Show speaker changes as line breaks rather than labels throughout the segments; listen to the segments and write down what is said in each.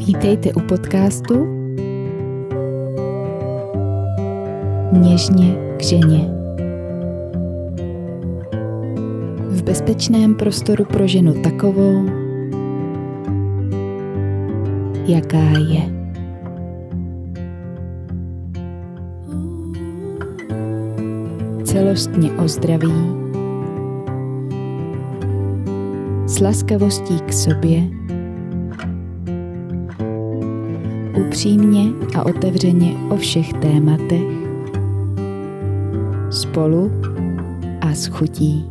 Vítejte u podcastu Něžně k ženě. V bezpečném prostoru pro ženu takovou, jaká je. Celostně o zdraví, s laskavostí k sobě, upřímně a otevřeně o všech tématech, spolu a s chutí.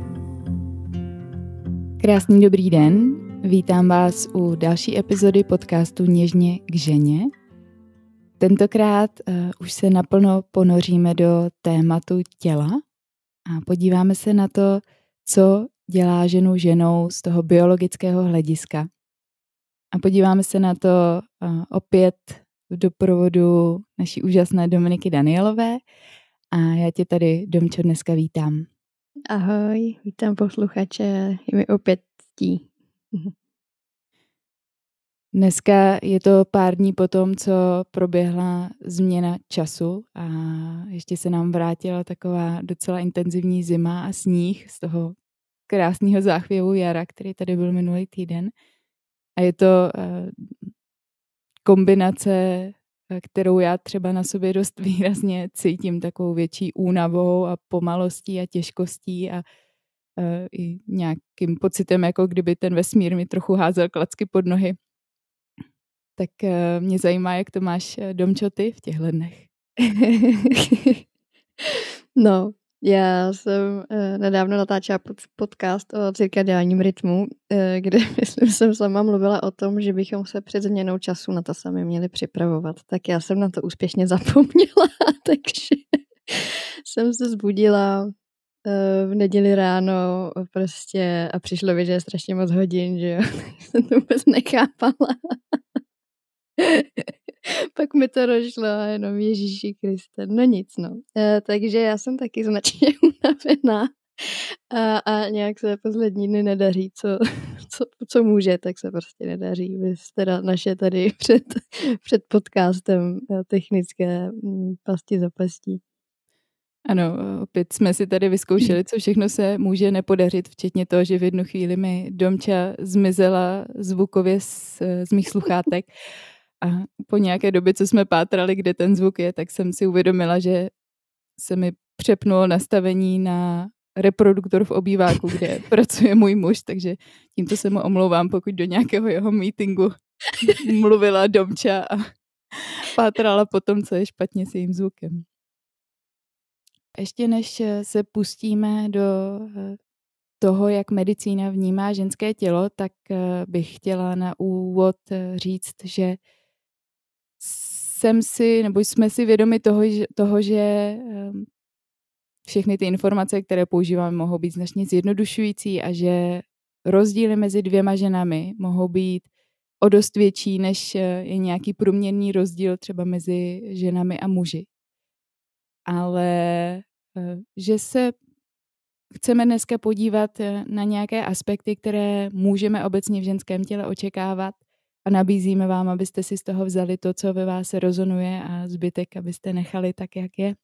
Krásný dobrý den, vítám vás u další epizody podcastu Něžně k ženě. Tentokrát už se naplno ponoříme do tématu těla a podíváme se na to, co dělá ženu ženou z toho biologického hlediska. A podíváme se na to opět v doprovodu naší úžasné Dominiky Danielové. A já tě tady, Domčo, dneska vítám.
Ahoj, vítám posluchače, je mi opět ctí.
Dneska je to pár dní po tom, co proběhla změna času a ještě se nám vrátila taková docela intenzivní zima a sníh z toho krásného záchvěvu jara, který tady byl minulý týden. A je to kombinace, kterou já třeba na sobě dost výrazně cítím, takovou větší únavou a pomalostí a těžkostí a i nějakým pocitem, jako kdyby ten vesmír mi trochu házel klacky pod nohy. Tak mě zajímá, jak to máš, Domčo, ty v těchto dnech.
No, já jsem nedávno natáčela podcast o cirkadiálním rytmu, kde myslím, jsem sama mluvila o tom, že bychom se před změnou času na to sami měli připravovat. Tak já jsem na to úspěšně zapomněla, takže jsem se zbudila v neděli ráno prostě a přišlo mi, že je strašně moc hodin, že jo, jsem to vůbec nechápala. Pak mi to došlo a jenom Ježíši Kriste, no nic, no. Takže já jsem taky značně unavená a nějak se poslední dny nedaří, co může, tak se prostě nedaří. Vy teda naše tady před podcastem technické pasti za pastí.
Ano, opět jsme si tady vyzkoušeli, co všechno se může nepodařit, včetně toho, že v jednu chvíli mi Domča zmizela zvukově z mých sluchátek. A po nějaké době, co jsme pátrali, kde ten zvuk je, tak jsem si uvědomila, že se mi přepnulo nastavení na reproduktor v obýváku, kde pracuje můj muž, takže tímto se mu omlouvám, pokud do nějakého jeho meetingu mluvila Domča a pátrala po tom, co je špatně s jejím zvukem. Ještě než se pustíme do toho, jak medicína vnímá ženské tělo, tak bych chtěla na úvod říct, že jsme si vědomi toho, že všechny ty informace, které používáme, mohou být značně zjednodušující a že rozdíly mezi dvěma ženami mohou být o dost větší, než je nějaký průměrný rozdíl třeba mezi ženami a muži. Ale že se chceme dneska podívat na nějaké aspekty, které můžeme obecně v ženském těle očekávat a nabízíme vám, abyste si z toho vzali to, co ve vás rezonuje a zbytek, abyste nechali tak, jak je.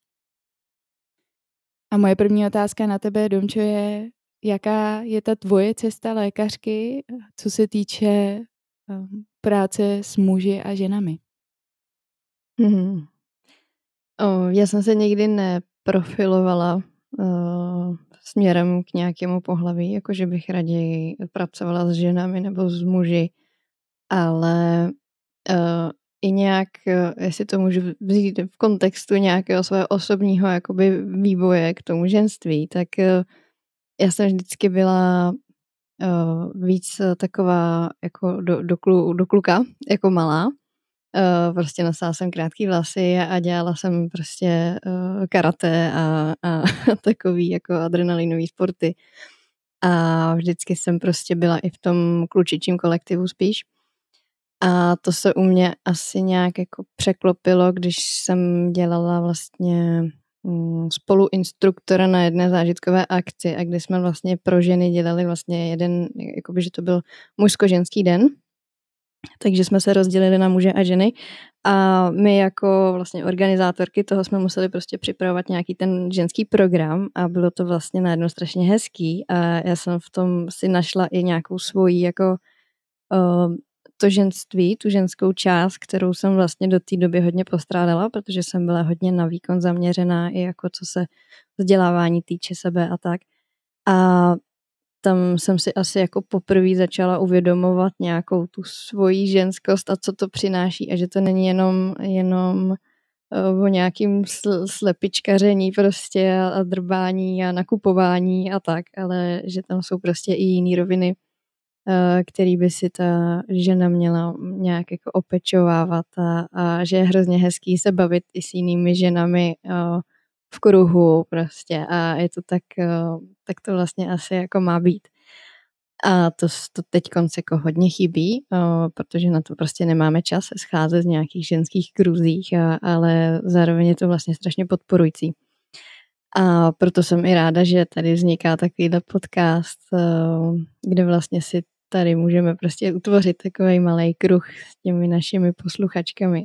A moje první otázka na tebe, Domčo, je, jaká je ta tvoje cesta lékařky, co se týče práce s muži a ženami?
Já jsem se nikdy neprofilovala směrem k nějakému pohlaví, jakože bych raději pracovala s ženami nebo s muži, ale i nějak, jestli to můžu vzít v kontextu nějakého svého osobního jakoby vývoje k tomu ženství, tak já jsem vždycky byla víc taková jako do kluka, jako malá. Prostě nosila jsem krátký vlasy a dělala jsem prostě karate a takový jako adrenalinový sporty. A vždycky jsem prostě byla i v tom klučičím kolektivu spíš. A to se u mě asi nějak jako překlopilo, když jsem dělala vlastně spoluinstruktora na jedné zážitkové akci a kdy jsme vlastně pro ženy dělali vlastně jeden, jakoby, že to byl mužsko-ženský den. Takže jsme se rozdělili na muže a ženy a my jako vlastně organizátorky toho jsme museli prostě připravovat nějaký ten ženský program a bylo to vlastně najednou strašně hezký a já jsem v tom si našla i nějakou svoji jako to ženství, tu ženskou část, kterou jsem vlastně do té doby hodně postrádala, protože jsem byla hodně na výkon zaměřená i jako co se vzdělávání týče sebe a tak. A tam jsem si asi jako poprvé začala uvědomovat nějakou tu svoji ženskost a co to přináší a že to není jenom o nějakým slepičkaření prostě a drbání a nakupování a tak, ale že tam jsou prostě i jiný roviny, který by si ta žena měla nějak jako opečovávat a že je hrozně hezký se bavit i s jinými ženami v kruhu prostě a je to tak to vlastně asi jako má být. A to teď jako hodně chybí, protože na to prostě nemáme čas se scházet z nějakých ženských kruzích, ale zároveň je to vlastně strašně podporující. A proto jsem i ráda, že tady vzniká takovýhle podcast, kde vlastně si tady můžeme prostě utvořit takový malý kruh s těmi našimi posluchačkami.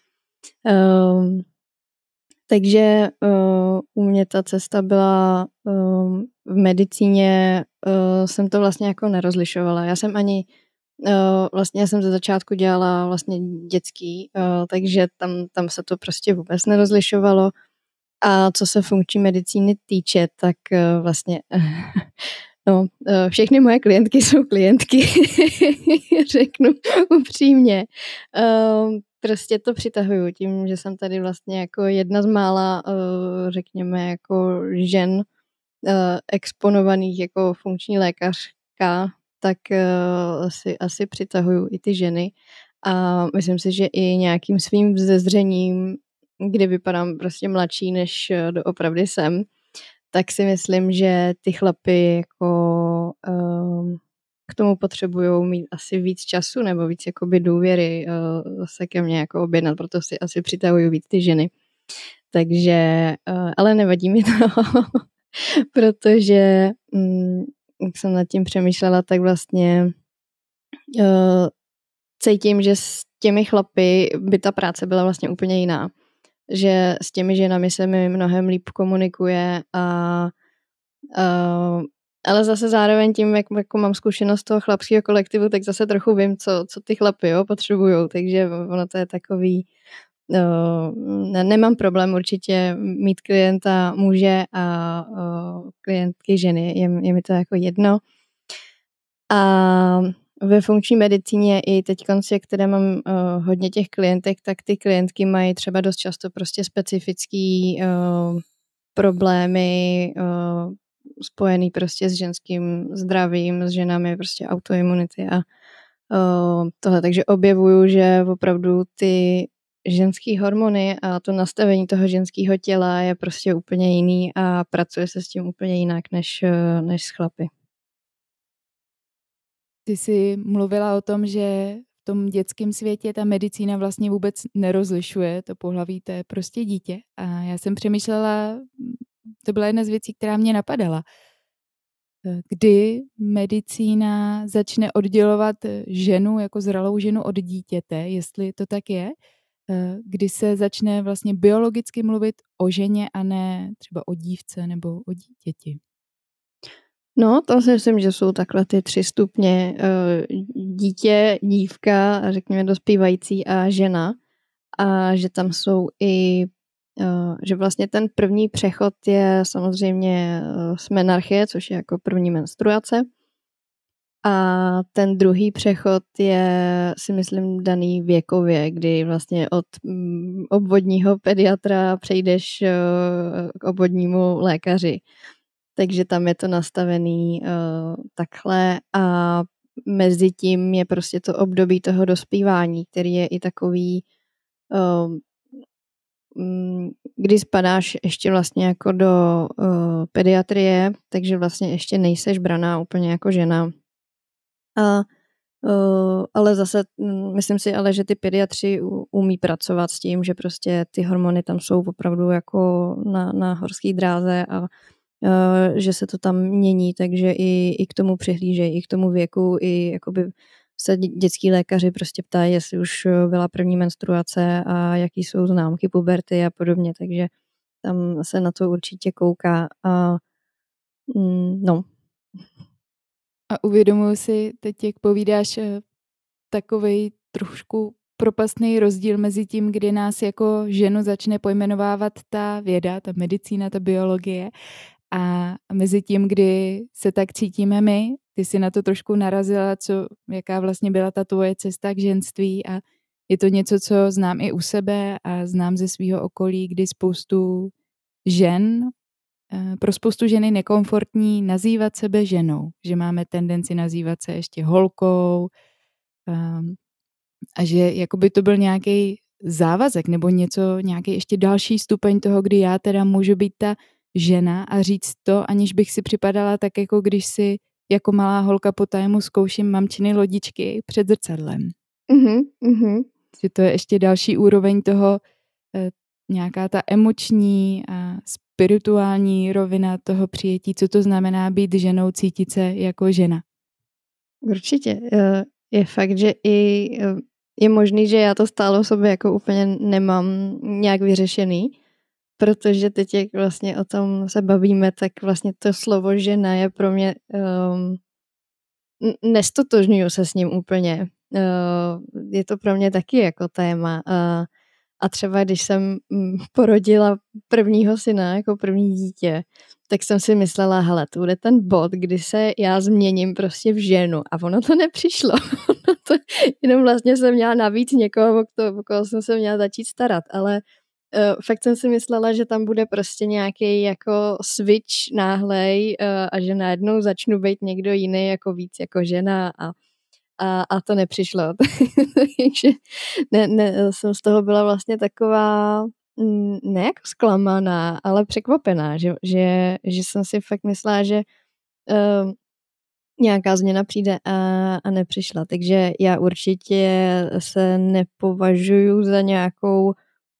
Takže u mě ta cesta byla v medicíně, jsem to vlastně jako nerozlišovala. Já jsem ze začátku dělala vlastně dětský, takže tam se to prostě vůbec nerozlišovalo. A co se funkční medicíny týče, tak vlastně všechny moje klientky jsou klientky, řeknu upřímně. Prostě to přitahuju tím, že jsem tady vlastně jako jedna z mála, řekněme, jako žen exponovaných jako funkční lékařka, tak asi přitahuju i ty ženy. A myslím si, že i nějakým svým vzezřením, kdy vypadám prostě mladší, než doopravdy jsem, tak si myslím, že ty chlapy jako k tomu potřebujou mít asi víc času nebo víc jakoby důvěry se ke mně jako objednat, proto si asi přitahuju víc ty ženy. Takže, ale nevadí mi to, protože jak jsem nad tím přemýšlela, tak vlastně cítím, že s těmi chlapy by ta práce byla vlastně úplně jiná. Že s těmi ženami se mi mnohem líp komunikuje ale zase zároveň tím, jak jako mám zkušenost toho chlapského kolektivu, tak zase trochu vím, co ty chlapy potřebujou, takže ono to je takový, nemám problém určitě mít klienta muže a klientky ženy, je mi to jako jedno. A ve funkční medicíně i teď, které mám hodně těch klientek, tak ty klientky mají třeba dost často prostě specifický problémy spojený prostě s ženským zdravím, s ženami prostě autoimunity a tohle. Takže objevuju, že opravdu ty ženský hormony a to nastavení toho ženského těla je prostě úplně jiný a pracuje se s tím úplně jinak než s chlapy.
Ty jsi mluvila o tom, že v tom dětském světě ta medicína vlastně vůbec nerozlišuje to pohlaví, to je prostě dítě. A já jsem přemýšlela, to byla jedna z věcí, která mě napadala. Kdy medicína začne oddělovat ženu jako zralou ženu od dítěte, jestli to tak je, kdy se začne vlastně biologicky mluvit o ženě a ne třeba o dívce nebo o dítěti.
No, to si myslím, že jsou takhle ty 3 stupně. Dítě, dívka, řekněme dospívající a žena. A že tam jsou i, že vlastně ten první přechod je samozřejmě smenarchie, což je jako první menstruace. A ten druhý přechod je, si myslím, daný věkově, kdy vlastně od obvodního pediatra přejdeš k obvodnímu lékaři. Takže tam je to nastavený takhle a mezi tím je prostě to období toho dospívání, který je i takový, kdy spadáš ještě vlastně jako do pediatrie, takže vlastně ještě nejseš braná úplně jako žena. Ale zase myslím si, že ty pediatři umí pracovat s tím, že prostě ty hormony tam jsou opravdu jako na horské dráze a že se to tam mění, takže i k tomu přihlížejí, i k tomu věku, i jakoby se dětský lékaři prostě ptají, jestli už byla první menstruace a jaký jsou známky puberty a podobně, takže tam se na to určitě kouká a no.
A uvědomuji si teď, jak povídáš, takovej trošku propastný rozdíl mezi tím, kdy nás jako ženu začne pojmenovávat ta věda, ta medicína, ta biologie a mezi tím, kdy se tak cítíme my. Ty jsi na to trošku narazila, jaká vlastně byla ta tvoje cesta k ženství a je to něco, co znám i u sebe a znám ze svého okolí, kdy pro spoustu žen je nekomfortní nazývat sebe ženou, že máme tendenci nazývat se ještě holkou, a že jakoby to byl nějaký závazek nebo nějaký ještě další stupeň toho, kdy já teda můžu být ta žena a říct to, aniž bych si připadala tak, jako když si jako malá holka po tajemu zkouším mamčiny lodičky před zrcadlem.
Mm-hmm.
Že to je ještě další úroveň toho, nějaká ta emoční a spirituální rovina toho přijetí, co to znamená být ženou, cítit se jako žena.
Určitě. Je fakt, že i je možný, že já to stále o sobě jako úplně nemám nějak vyřešený, protože teď, jak vlastně o tom se bavíme, tak vlastně to slovo žena je pro mě, nestotožňuju se s ním úplně. Je to pro mě taky jako téma. A třeba když jsem porodila prvního syna, jako první dítě, tak jsem si myslela, hele, to bude ten bod, kdy se já změním prostě v ženu. A ono to nepřišlo. Jenom vlastně jsem měla navíc někoho, o koho jsem se měla začít starat. Ale fakt jsem si myslela, že tam bude prostě nějaký jako switch náhlej a že najednou začnu být někdo jiný jako víc jako žena a to nepřišlo. Takže jsem z toho byla vlastně taková ne jako zklamaná, ale překvapená, že jsem si fakt myslela, že nějaká změna přijde a nepřišla. Takže já určitě se nepovažuju za nějakou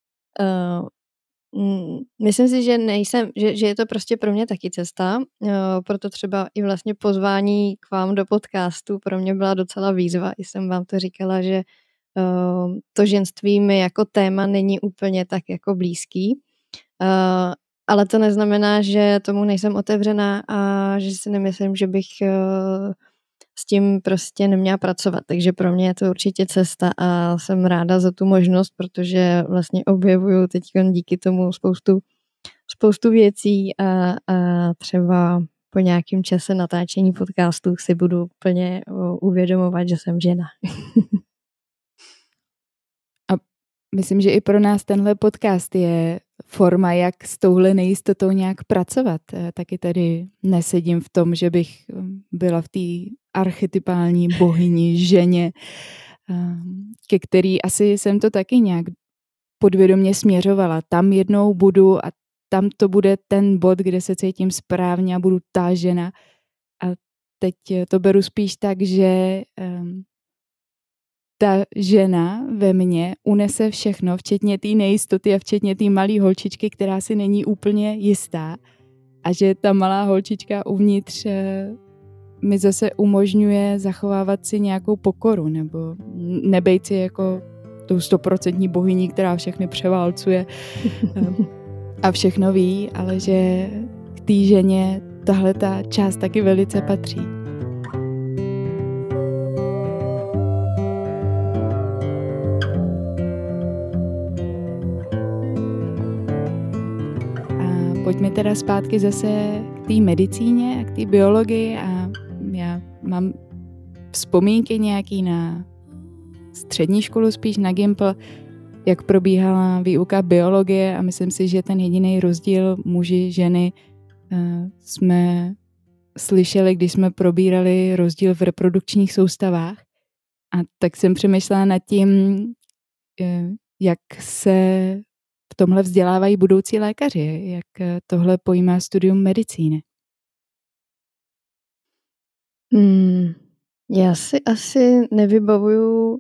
myslím si, že že je to prostě pro mě taky cesta, proto třeba i vlastně pozvání k vám do podcastu pro mě byla docela výzva. I jsem vám to říkala, že to ženství mi jako téma není úplně tak jako blízký, ale to neznamená, že tomu nejsem otevřená a že si nemyslím, že bych s tím prostě neměla pracovat. Takže pro mě je to určitě cesta a jsem ráda za tu možnost, protože vlastně objevuju teď díky tomu spoustu věcí a třeba po nějakém čase natáčení podcastů si budu plně uvědomovat, že jsem žena.
A myslím, že i pro nás tenhle podcast je forma, jak s touhle nejistotou nějak pracovat. Taky tady nesedím v tom, že bych byla v té archetypální bohyni, ženě, ke který asi jsem to taky nějak podvědomě směřovala. Tam jednou budu a tam to bude ten bod, kde se cítím správně a budu ta žena. A teď to beru spíš tak, že ta žena ve mně unese všechno, včetně té nejistoty a včetně té malé holčičky, která si není úplně jistá. A že ta malá holčička uvnitř mi zase umožňuje zachovávat si nějakou pokoru nebo nebejt si jako tou 100% bohyní, která všechny převálcuje a všechno ví, ale že k té ženě tahle ta část taky velice patří. Pojďme teda zpátky zase k té medicíně a k té biologii a já mám vzpomínky nějaký na střední školu, spíš na Gimpl, jak probíhala výuka biologie a myslím si, že ten jediný rozdíl muži, ženy jsme slyšeli, když jsme probírali rozdíl v reprodukčních soustavách. A tak jsem přemýšlela nad tím, jak se v tomhle vzdělávají budoucí lékaři, jak tohle pojímá studium medicíny.
Já si asi nevybavuju,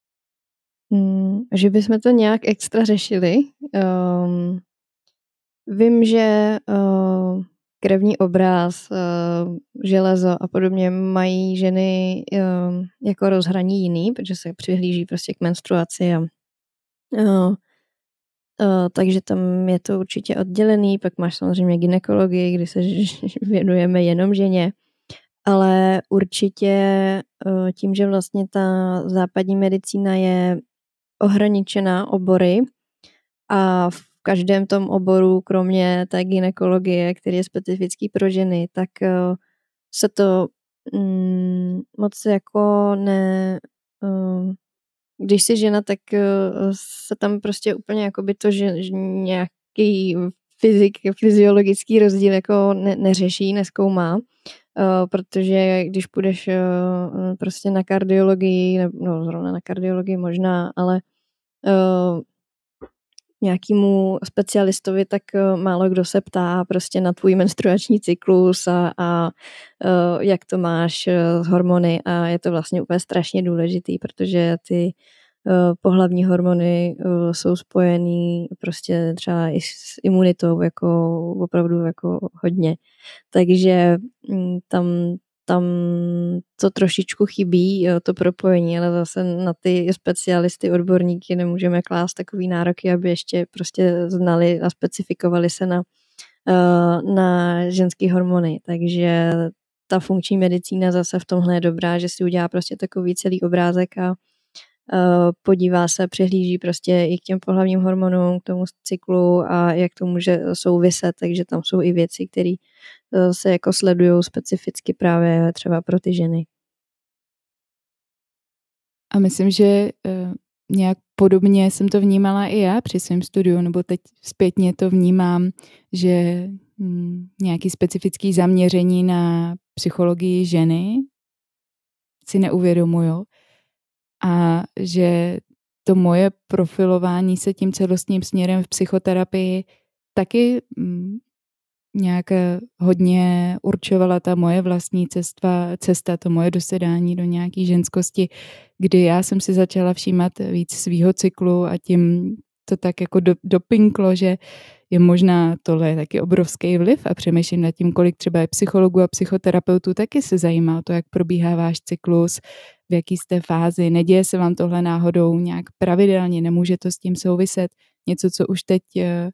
že bychom to nějak extra řešili. Vím, že krevní obráz, železo a podobně mají ženy jako rozhraní jiný, protože se přihlíží prostě k menstruaci a takže tam je to určitě oddělený, pak máš samozřejmě gynekologii, kdy se věnujeme jenom ženě, ale určitě tím, že vlastně ta západní medicína je ohraničená obory a v každém tom oboru, kromě té gynekologie, který je specifický pro ženy, tak se to moc jako ne... Když jsi žena, tak se tam prostě úplně jakoby to, že nějaký fyziologický rozdíl jako neřeší, nezkoumá, protože když půjdeš prostě na kardiologii, no zrovna na kardiologii možná, ale nějakému specialistovi, tak málo kdo se ptá prostě na tvůj menstruační cyklus a jak to máš s hormony a je to vlastně úplně strašně důležitý, protože ty pohlavní hormony jsou spojený prostě třeba i s imunitou jako opravdu jako hodně. Takže tam to trošičku chybí, to propojení, ale zase na ty specialisty, odborníky nemůžeme klást takový nároky, aby ještě prostě znali a specifikovali se na ženský hormony. Takže ta funkční medicína zase v tomhle je dobrá, že si udělá prostě takový celý obrázek a podívá se, přihlíží prostě i k těm pohlavním hormonům, k tomu cyklu a jak to může souviset, takže tam jsou i věci, které se jako sledují specificky právě třeba pro ty ženy.
A myslím, že nějak podobně jsem to vnímala i já při svém studiu, nebo teď zpětně to vnímám, že nějaký specifický zaměření na psychologii ženy si neuvědomuju a že to moje profilování se tím celostním směrem v psychoterapii taky nějak hodně určovala ta moje vlastní cesta, to moje dosedání do nějaký ženskosti, kdy já jsem si začala všímat víc svýho cyklu a tím to tak jako dopinklo, že je možná tohle je taky obrovský vliv a přemýšlím nad tím, kolik třeba je psychologů a psychoterapeutů taky se zajímá o to, jak probíhá váš cyklus, v jaký jste fázi, neděje se vám tohle náhodou nějak pravidelně, nemůže to s tím souviset, něco, co už teď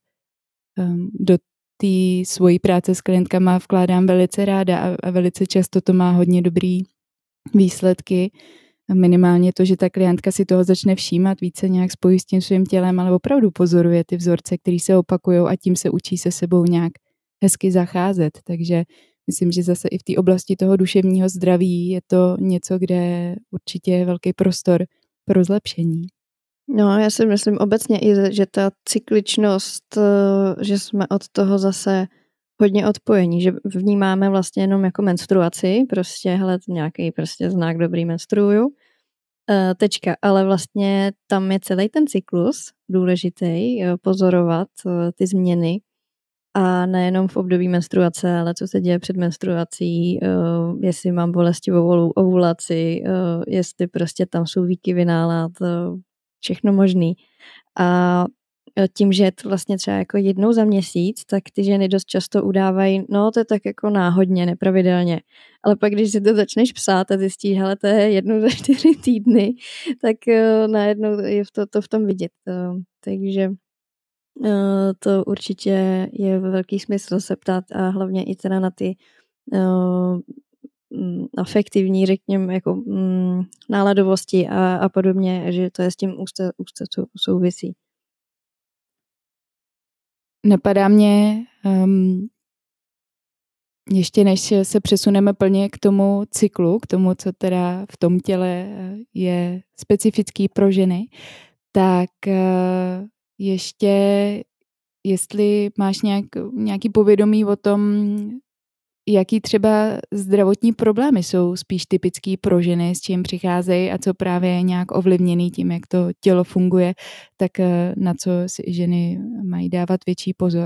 do té svojí práce s klientkama vkládám velice ráda a velice často to má hodně dobrý výsledky. Minimálně to, že ta klientka si toho začne všímat, více nějak spojí s tím svým tělem, ale opravdu pozoruje ty vzorce, které se opakují a tím se učí se sebou nějak hezky zacházet. Takže myslím, že zase i v té oblasti toho duševního zdraví je to něco, kde určitě je velký prostor pro zlepšení.
No, já si myslím obecně i, že ta cykličnost, že jsme od toho zase hodně odpojení, že vnímáme vlastně jenom jako menstruaci, prostě hele, nějaký prostě znak dobrý menstruuju, tečka, ale vlastně tam je celý ten cyklus důležitý, pozorovat ty změny a nejenom v období menstruace, ale co se děje před menstruací, jestli mám bolestivou ovulaci, jestli prostě tam jsou výkyvy nálad, všechno možný. A tím, že je to vlastně třeba jako jednou za měsíc, tak ty ženy dost často udávají, no to je tak jako náhodně, nepravidelně. Ale pak, když si to začneš psát a zjistíš, hele, to je jednou za 4 týdny, tak najednou je to v tom vidět. Takže to určitě je velký smysl se ptát a hlavně i teda na ty afektivní, řekněme, jako náladovosti a podobně, že to je s tím úzce souvisí.
Napadá mě, ještě než se přesuneme plně k tomu cyklu, k tomu, co teda v tom těle je specifický pro ženy, tak ještě jestli máš nějaký povědomí o tom, jaký třeba zdravotní problémy jsou spíš typický pro ženy, s čím přicházejí a co právě je nějak ovlivněný tím, jak to tělo funguje, tak na co si ženy mají dávat větší pozor?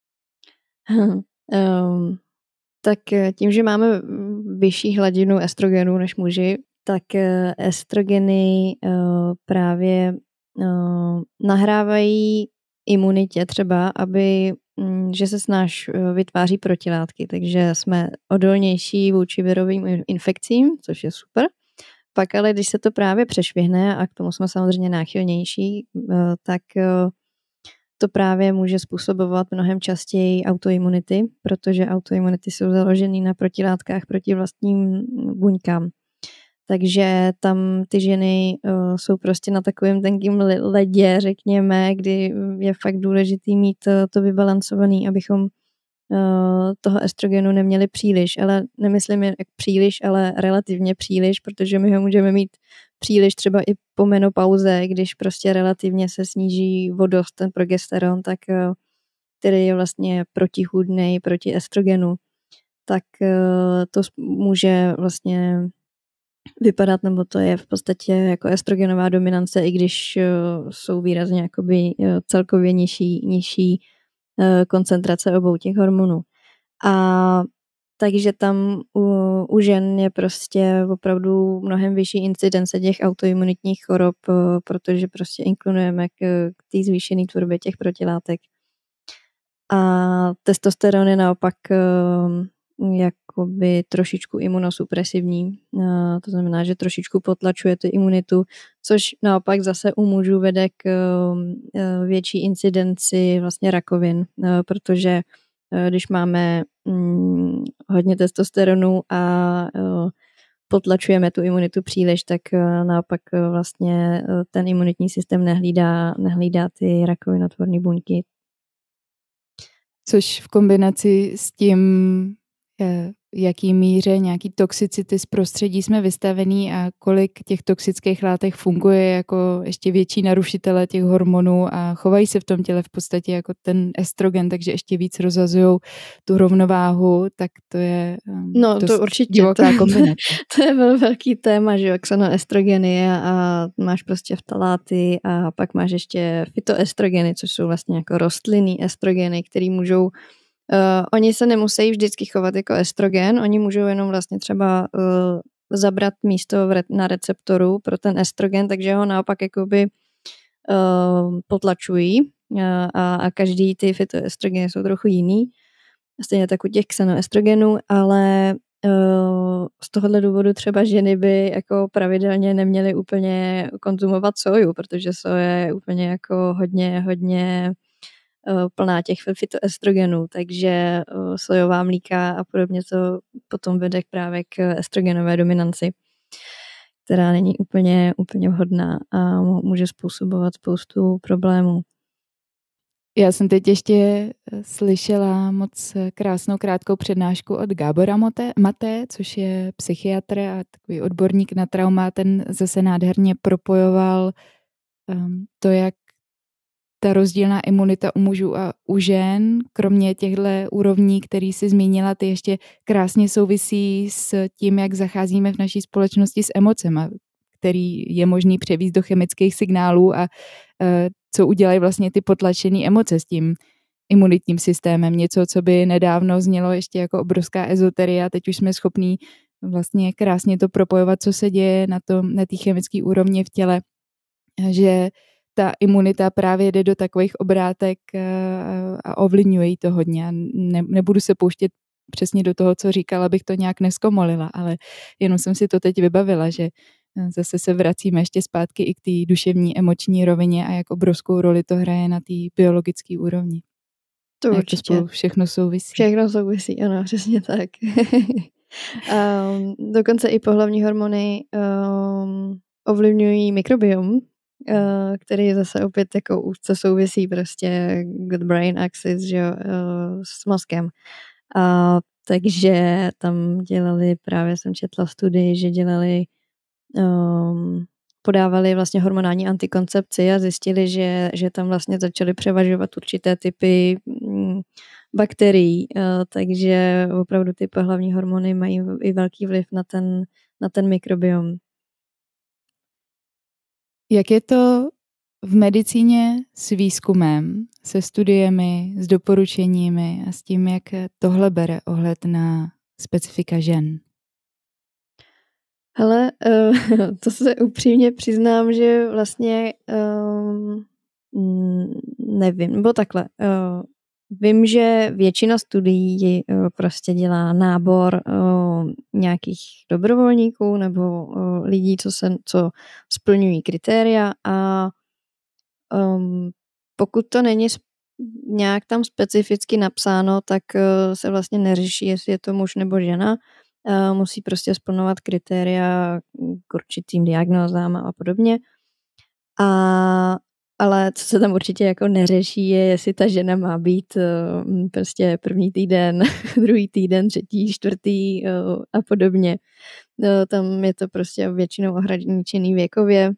Tak tím, že máme vyšší hladinu estrogenů než muži, tak estrogeny právě nahrávají imunitě třeba, aby že se s náš vytváří protilátky, takže jsme odolnější vůči virovým infekcím, což je super. Pak ale, když se to právě přešvihne, a k tomu jsme samozřejmě náchylnější, tak to právě může způsobovat mnohem častěji autoimunity, protože autoimunity jsou založené na protilátkách proti vlastním buňkám. Takže tam ty ženy jsou prostě na takovém tenkým ledě, řekněme, kdy je fakt důležitý mít to vybalancované, abychom toho estrogenu neměli příliš, ale nemyslím jak příliš, ale relativně příliš, protože my ho můžeme mít příliš třeba i po menopauze, když prostě relativně se sníží vodost, ten progesteron, tak který je vlastně protichůdnej proti estrogenu, tak to může vlastně vypadat, nebo to je v podstatě jako estrogenová dominance, i když jsou výrazně jakoby celkově nižší koncentrace obou těch hormonů. A takže tam u žen je prostě opravdu mnohem vyšší incidence těch autoimunitních chorob, protože prostě inklinujeme k té zvýšené tvorbě těch protilátek. A testosteron je naopak jakoby trošičku imunosupresivní. To znamená, že trošičku potlačuje tu imunitu, což naopak zase u mužů vede k větší incidenci vlastně rakovin, protože když máme hodně testosteronu a potlačujeme tu imunitu příliš, tak naopak vlastně ten imunitní systém nehlídá ty rakovinotvorné buňky.
Což v kombinaci s tím, jaký míře nějaký toxicity z prostředí jsme vystavení a kolik těch toxických látek funguje jako ještě větší narušitele těch hormonů a chovají se v tom těle v podstatě jako ten estrogen, takže ještě víc rozhazují tu rovnováhu, tak to je
to určitě
divoká kombinace.
To je velký téma, že jo, xenoestrogeny a máš prostě ftaláty a pak máš ještě fytoestrogeny, což jsou vlastně jako rostlinný estrogeny, který můžou oni se nemusí vždycky chovat jako estrogen, oni můžou jenom vlastně třeba zabrat místo na receptoru pro ten estrogen, takže ho naopak jakoby potlačují a každý ty fytoestrogeny jsou trochu jiný. Stejně tak u těch xenoestrogenů, ale z tohohle důvodu třeba ženy by jako pravidelně neměly úplně konzumovat soju, protože soja je úplně jako hodně plná těch fytoestrogenů, takže sojová mlíka a podobně to potom vede právě k estrogenové dominanci, která není úplně vhodná a může způsobovat spoustu problémů.
Já jsem teď ještě slyšela moc krásnou krátkou přednášku od Gábora Maté, což je psychiatr a takový odborník na trauma. Ten zase nádherně propojoval to, jak ta rozdílná imunita u mužů a u žen, kromě těchto úrovní, který si zmínila, ty ještě krásně souvisí s tím, jak zacházíme v naší společnosti s emocema, který je možný převízt do chemických signálů a co udělají vlastně ty potlačené emoce s tím imunitním systémem. Něco, co by nedávno znělo ještě jako obrovská ezoteria, teď už jsme schopní vlastně krásně to propojovat, co se děje na té chemické úrovni v těle, že ta imunita právě jde do takových obrátek a ovlivňuje jí to hodně. Nebudu se pouštět přesně do toho, co říkala, abych to nějak neskomolila, ale jenom jsem si to teď vybavila, že zase se vracíme ještě zpátky i k té duševní, emoční rovině a jak obrovskou roli to hraje na té biologické úrovni.
To určitě.
To všechno souvisí.
Všechno souvisí, ano, přesně tak. Dokonce i pohlavní hormony ovlivňují mikrobiom, který zase opět jako úzce souvisí prostě good brain axis, že jo, s mozkem. Takže tam dělali, právě jsem četla studii, že podávali vlastně hormonální antikoncepci a zjistili, že tam vlastně začaly převažovat určité typy bakterií, takže opravdu ty pohlavní hormony mají i velký vliv na ten mikrobiom.
Jak je to v medicíně s výzkumem, se studiemi, s doporučeními a s tím, jak tohle bere ohled na specifika žen?
Hele, to se upřímně přiznám, že vlastně nevím, nebo takhle. Vím, že většina studií prostě dělá nábor nějakých dobrovolníků nebo lidí, co splňují kritéria a pokud to není nějak tam specificky napsáno, tak se vlastně neřeší, jestli je to muž nebo žena. Musí prostě splňovat kritéria k určitým diagnózám a podobně. Ale co se tam určitě jako neřeší, je, jestli ta žena má být prostě první týden, druhý týden, třetí, čtvrtý a podobně. Tam je to prostě většinou ohraničený věkově.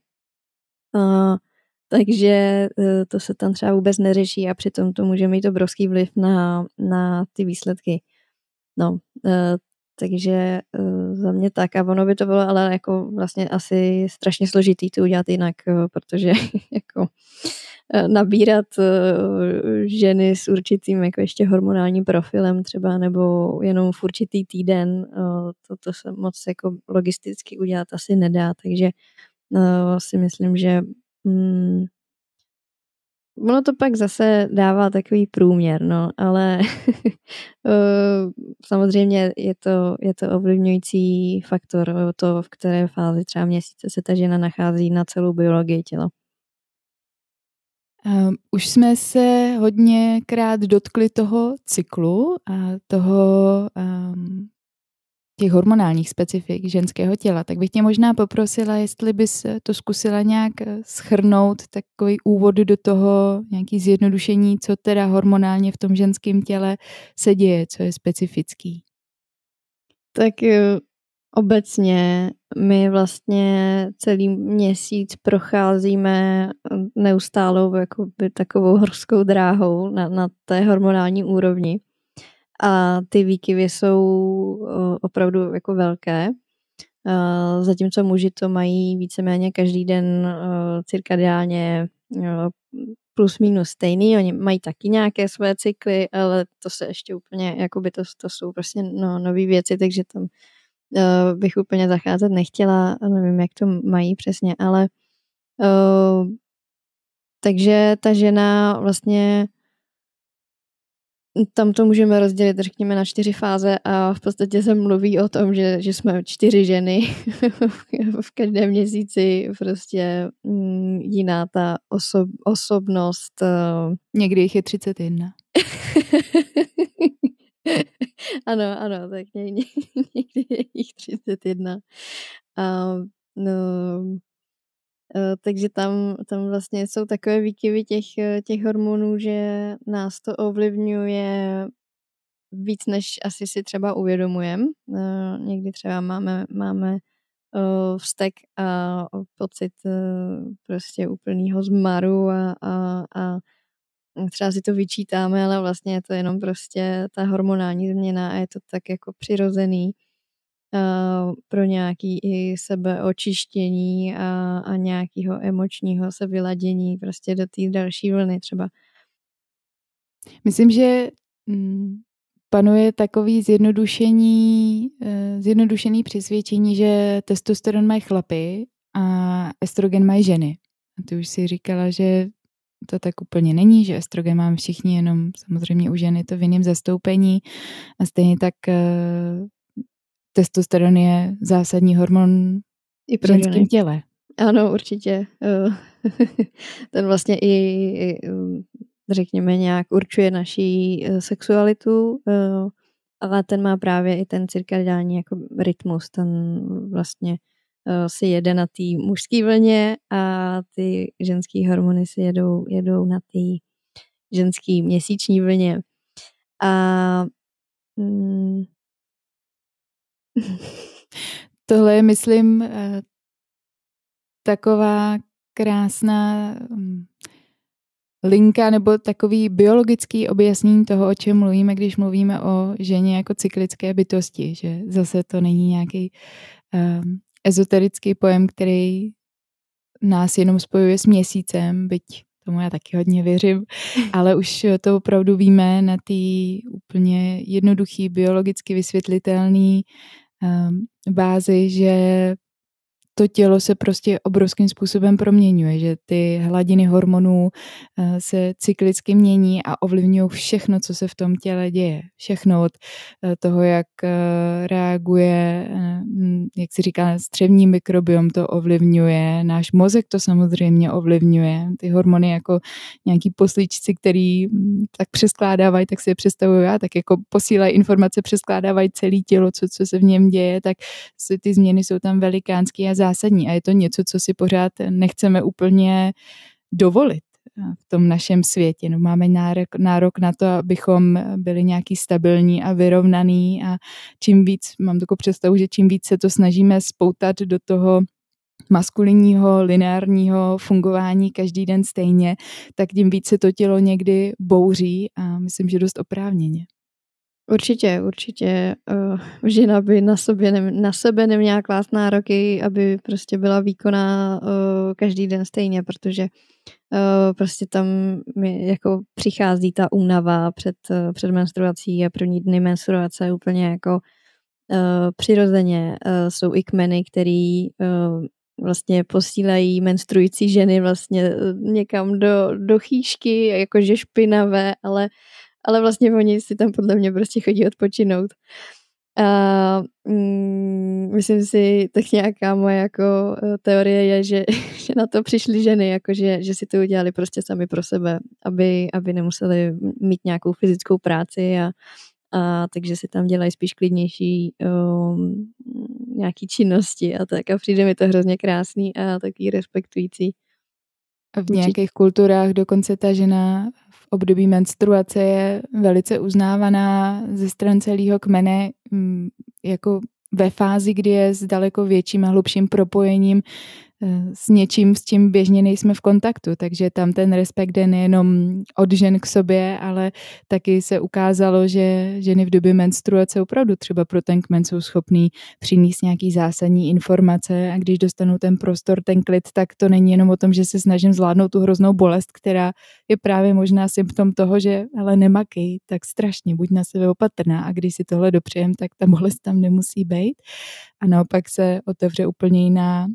Takže to se tam třeba vůbec neřeší a přitom to může mít obrovský vliv na ty výsledky. No, takže za mě tak. A ono by to bylo ale jako vlastně asi strašně složitý to udělat jinak, protože jako nabírat ženy s určitým jako ještě hormonálním profilem třeba nebo jenom v určitý týden, to se moc jako logisticky udělat asi nedá, takže si myslím, že ono to pak zase dává takový průměr, no, ale samozřejmě je to ovlivňující faktor to, v které fázi třeba měsíce se ta žena nachází na celou biologii těla.
Už jsme se hodněkrát dotkli toho cyklu a těch hormonálních specifik ženského těla, tak bych tě možná poprosila, jestli bys to zkusila nějak shrnout, takový úvod do toho, nějaký zjednodušení, co teda hormonálně v tom ženském těle se děje, co je specifický.
Tak obecně my vlastně celý měsíc procházíme neustálou jakoby takovou horskou dráhou na té hormonální úrovni. A ty výkyvy jsou opravdu jako velké. Zatímco muži to mají víceméně každý den cirkadiálně plus minus stejný. Oni mají taky nějaké své cykly, ale to se ještě úplně, jakoby to jsou prostě nové věci, takže tam bych úplně zacházet nechtěla. Nevím, jak to mají přesně, ale takže ta žena vlastně tam to můžeme rozdělit, řekněme, na 4 fáze a v podstatě se mluví o tom, že jsme 4 ženy v každém měsíci, prostě jiná ta osobnost.
Někdy jich je 31.
Ano, tak někdy je jich 31. Takže tam vlastně jsou takové výkyvy těch hormonů, že nás to ovlivňuje víc, než asi si třeba uvědomujeme. Někdy třeba máme vztek a pocit prostě úplného zmaru a třeba si to vyčítáme, ale vlastně je to jenom prostě ta hormonální změna a je to tak jako přirozený pro nějaký i sebeočištění a nějakého emočního sevyladění prostě do té další vlny třeba.
Myslím, že panuje takový zjednodušený přesvědčení, že testosteron mají chlapy a estrogen mají ženy. A ty už si říkala, že to tak úplně není, že estrogen máme všichni, jenom samozřejmě u ženy to v jiném zastoupení a stejně tak testosteron je zásadní hormon
i
v ženském těle.
Ano, určitě. Ten vlastně i řekněme nějak určuje naší sexualitu, ale ten má právě i ten cirkadiální jako rytmus, ten vlastně si jede na té mužské vlně a ty ženské hormony si jedou na té ženské měsíční vlně. A
tohle je, myslím, taková krásná linka nebo takový biologický objasnění toho, o čem mluvíme, když mluvíme o ženě jako cyklické bytosti, že zase to není nějaký ezoterický pojem, který nás jenom spojuje s měsícem, byť tomu já taky hodně věřím, ale už to opravdu víme na té úplně jednoduchý, biologicky vysvětlitelný bázi, že to tělo se prostě obrovským způsobem proměňuje, že ty hladiny hormonů se cyklicky mění a ovlivňují všechno, co se v tom těle děje. Všechno od toho, jak reaguje, jak se říká, střevní mikrobiom to ovlivňuje, náš mozek to samozřejmě ovlivňuje. Ty hormony jako nějaký poslíčci, který tak přeskládávají, tak si je představuju já, tak jako posílají informace, přeskládávají celé tělo, co se v něm děje, tak ty změny jsou tam velikánský a zásadní a je to něco, co si pořád nechceme úplně dovolit v tom našem světě. No, máme nárok na to, abychom byli nějaký stabilní a vyrovnaný a čím víc, mám takovou představu, že čím víc se to snažíme spoutat do toho maskulinního, lineárního fungování každý den stejně, tak tím víc se to tělo někdy bouří a myslím, že dost oprávněně.
Určitě. Žena by na sebe neměla klást nároky, aby prostě byla výkonná každý den stejně, protože prostě tam jako přichází ta únava před menstruací a první dny menstruace úplně jako přirozeně. Jsou i kmeny, který vlastně posílají menstruující ženy vlastně někam do chýšky, jakože špinavé, ale vlastně oni si tam podle mě prostě chodí odpočinout. A myslím si, tak nějaká moje jako teorie je, že na to přišly ženy, jakože, že si to udělali prostě sami pro sebe, aby nemuseli mít nějakou fyzickou práci a takže si tam dělají spíš klidnější nějaký činnosti a tak a přijde mi to hrozně krásný a taky respektující.
A v nějakých kulturách dokonce ta žena v období menstruace je velice uznávaná ze stran celého kmene jako ve fázi, kdy je s daleko větším a hlubším propojením s něčím, s čím běžně nejsme v kontaktu. Takže tam ten respekt jde nejenom od žen k sobě, ale taky se ukázalo, že ženy v době menstruace opravdu třeba pro ten kmen jsou schopný přinést nějaký zásadní informace a když dostanou ten prostor, ten klid, tak to není jenom o tom, že se snažím zvládnout tu hroznou bolest, která je právě možná symptom toho, že ale nemakej, tak strašně, buď na sebe opatrná a když si tohle dopřejem, tak ta bolest tam nemusí být. A naopak se otevře úplně jiná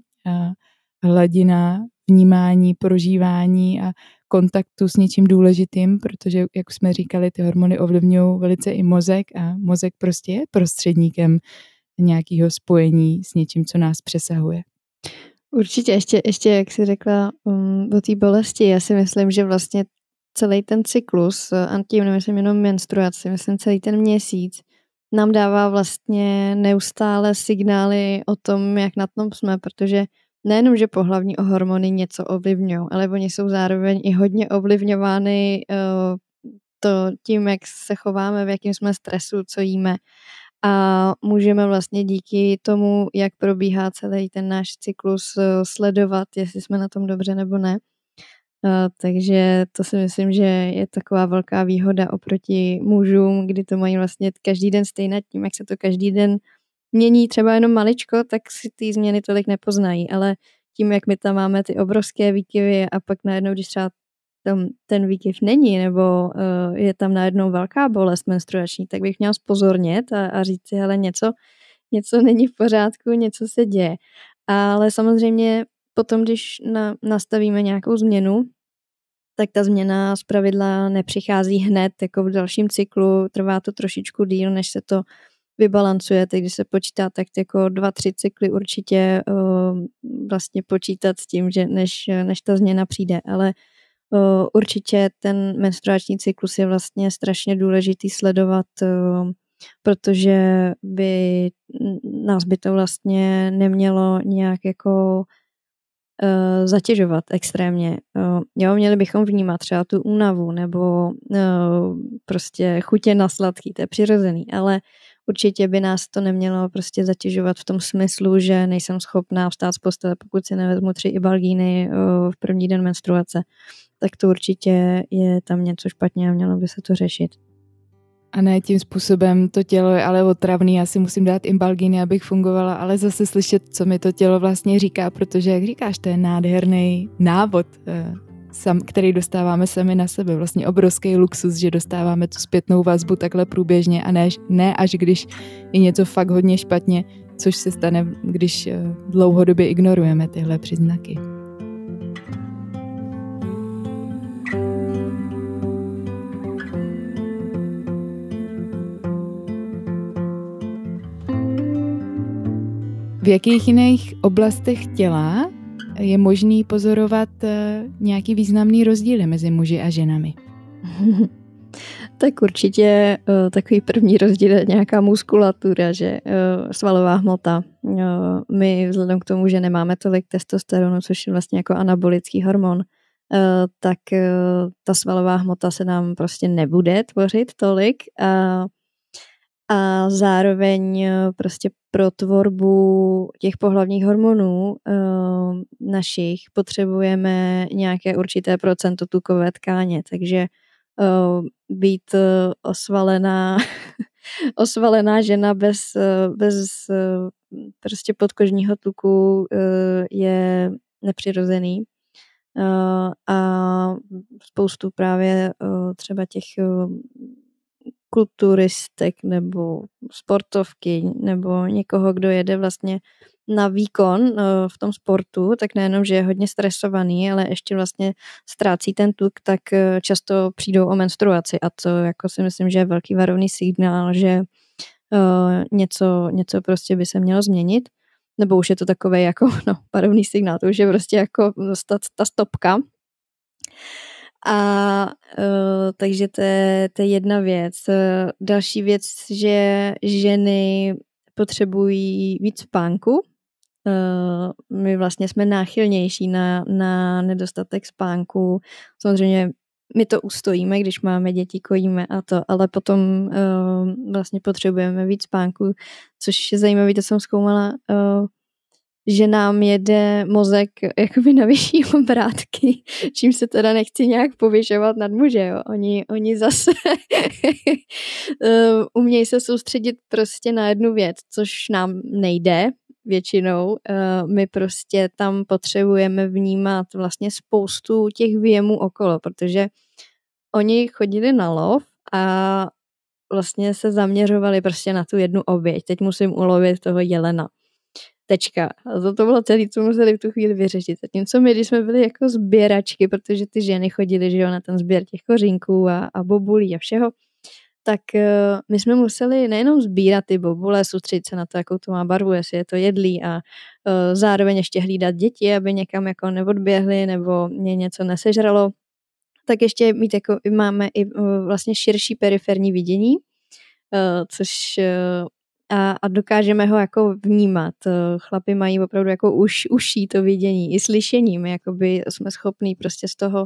hladina vnímání, prožívání a kontaktu s něčím důležitým, protože, jak jsme říkali, ty hormony ovlivňují velice i mozek a mozek prostě je prostředníkem nějakého spojení s něčím, co nás přesahuje.
Určitě, ještě jak jsi řekla o té bolesti, já si myslím, že vlastně celý ten cyklus, a tím nemyslím jenom menstruaci, myslím celý ten měsíc, nám dává vlastně neustále signály o tom, jak na tom jsme, protože nejenom, že pohlavní hormony něco ovlivňují, ale oni jsou zároveň i hodně ovlivňovány to tím, jak se chováme, v jakém jsme stresu, co jíme. A můžeme vlastně díky tomu, jak probíhá celý ten náš cyklus, sledovat, jestli jsme na tom dobře nebo ne. Takže to si myslím, že je taková velká výhoda oproti mužům, kdy to mají vlastně každý den stejné, tím, jak se to každý den mění třeba jenom maličko, tak si ty změny tolik nepoznají, ale tím, jak my tam máme ty obrovské výkyvy a pak najednou, když třeba tam ten výkyv není, nebo je tam najednou velká bolest menstruační, tak bych měla zpozornět a říct si, hele, něco není v pořádku, něco se děje. Ale samozřejmě potom, když nastavíme nějakou změnu, tak ta změna zpravidla nepřichází hned, jako v dalším cyklu, trvá to trošičku díl, než se to vybalancuje, tak když se počítá, tak jako 2-3 cykly určitě vlastně počítat s tím, že než ta změna přijde, ale určitě ten menstruační cyklus je vlastně strašně důležitý sledovat, protože nás by to vlastně nemělo nějak jako zatěžovat extrémně. Měli bychom vnímat třeba tu únavu nebo prostě chutě na sladký, to je přirozený, ale určitě by nás to nemělo prostě zatěžovat v tom smyslu, že nejsem schopná vstát z postele, pokud si nevezmu 3 ibalgíny v první den menstruace, tak to určitě je tam něco špatně a mělo by se to řešit.
A ne tím způsobem, to tělo je ale otravný, já si musím dát ibalgíny, abych fungovala, ale zase slyšet, co mi to tělo vlastně říká, protože, jak říkáš, to je nádherný návod, který dostáváme sami na sebe. Vlastně obrovský luxus, že dostáváme tu zpětnou vazbu takhle průběžně a ne až když je něco fakt hodně špatně, což se stane, když dlouhodobě ignorujeme tyhle příznaky. V jakých jiných oblastech těla je možný pozorovat nějaký významný rozdíly mezi muži a ženami?
Tak určitě takový první rozdíl je nějaká muskulatura, že svalová hmota. My vzhledem k tomu, že nemáme tolik testosteronu, což je vlastně jako anabolický hormon, tak ta svalová hmota se nám prostě nebude tvořit tolik a zároveň prostě pro tvorbu těch pohlavních hormonů našich potřebujeme nějaké určité procento tukové tkáně, takže být osvalená žena bez prostě podkožního tuku je nepřirozený. A spoustu právě třeba těch kulturistek nebo sportovky nebo někoho, kdo jede vlastně na výkon v tom sportu, tak nejenom, že je hodně stresovaný, ale ještě vlastně ztrácí ten tuk, tak často přijdou o menstruaci a to jako si myslím, že je velký varovný signál, že něco prostě by se mělo změnit, nebo už je to takovej jako varovný signál, to už je prostě jako ta stopka. A takže to je jedna věc. Další věc, že ženy potřebují víc spánku. My vlastně jsme náchylnější na nedostatek spánku. Samozřejmě my to ustojíme, když máme děti, kojíme a to, ale potom vlastně potřebujeme víc spánku, což je zajímavé, to jsem zkoumala, že nám jede mozek jakoby na vyšší obrátky, čím se teda nechci nějak povyšovat nad muže, jo. Oni zase umějí se soustředit prostě na jednu věc, což nám nejde většinou. My prostě tam potřebujeme vnímat vlastně spoustu těch věmů okolo, protože oni chodili na lov a vlastně se zaměřovali prostě na tu jednu oběť. Teď musím ulovit toho jelena. Tečka. A to bylo celé, co museli v tu chvíli vyřešit. Zatímco my, když jsme byli jako sběračky, protože ty ženy chodily, že jo, na ten sběr těch kořínků a bobulí a všeho, tak my jsme museli nejenom sbírat ty bobule, soustředit se na to, jakou to má barvu, jestli je to jedlý a zároveň ještě hlídat děti, aby někam jako neodběhly nebo mě něco nesežralo, tak ještě mít jako, máme i vlastně širší periferní vidění, což a dokážeme ho jako vnímat. Chlapi mají opravdu jako uší to vidění i slyšením, jakoby jsme schopní prostě z toho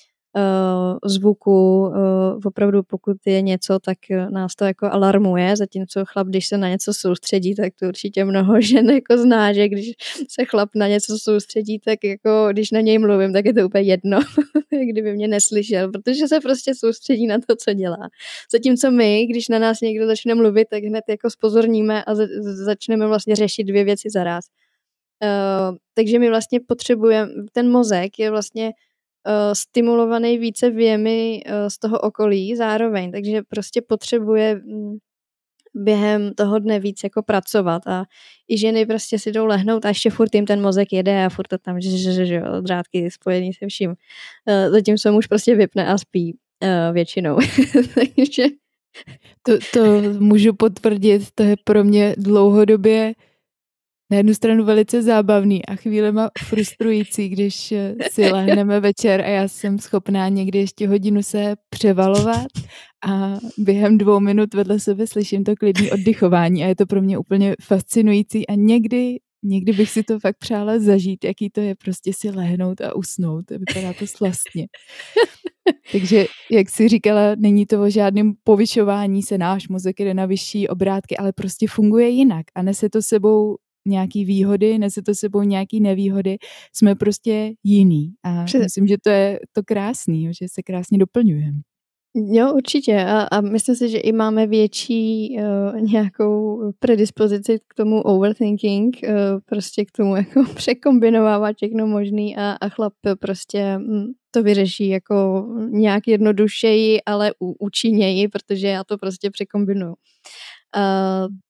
zvuku, opravdu pokud je něco, tak nás to jako alarmuje, zatímco chlap, když se na něco soustředí, tak to určitě mnoho žen jako zná, že když se chlap na něco soustředí, tak jako když na něj mluvím, tak je to úplně jedno, kdyby mě neslyšel, protože se prostě soustředí na to, co dělá. Zatímco my, když na nás někdo začne mluvit, tak hned jako zpozorníme a začneme vlastně řešit dvě věci zaraz. Takže my vlastně potřebujeme, ten mozek je vlastně stimulovaný více věmy z toho okolí zároveň, takže prostě potřebuje během toho dne víc jako pracovat a i ženy prostě si jdou lehnout a ještě furt jim ten mozek jede a furt to tam dřátky spojený se vším. Zatímco muž prostě vypne a spí většinou. Takže
To můžu potvrdit, to je pro mě dlouhodobě na jednu stranu velice zábavný a chvílema frustrující, když si lehneme večer a já jsem schopná někdy ještě hodinu se převalovat a během 2 minut vedle sebe slyším to klidné oddychování a je to pro mě úplně fascinující a někdy bych si to fakt přála zažít, jaký to je prostě si lehnout a usnout. Vypadá to slastně. Takže, jak jsi říkala, není to o žádném povyšování se, náš mozek jde na vyšší obrátky, ale prostě funguje jinak a nese to sebou nějaký výhody, nese to sebou nějaký nevýhody, jsme prostě jiný. A myslím, že to je to krásný, že se krásně doplňujeme.
Jo, určitě. A myslím si, že i máme větší nějakou predispozici k tomu overthinking, prostě k tomu jako překombinovávat všechno možný a chlap prostě to vyřeší jako nějak jednodušeji, ale účinněji, protože já to prostě překombinuju.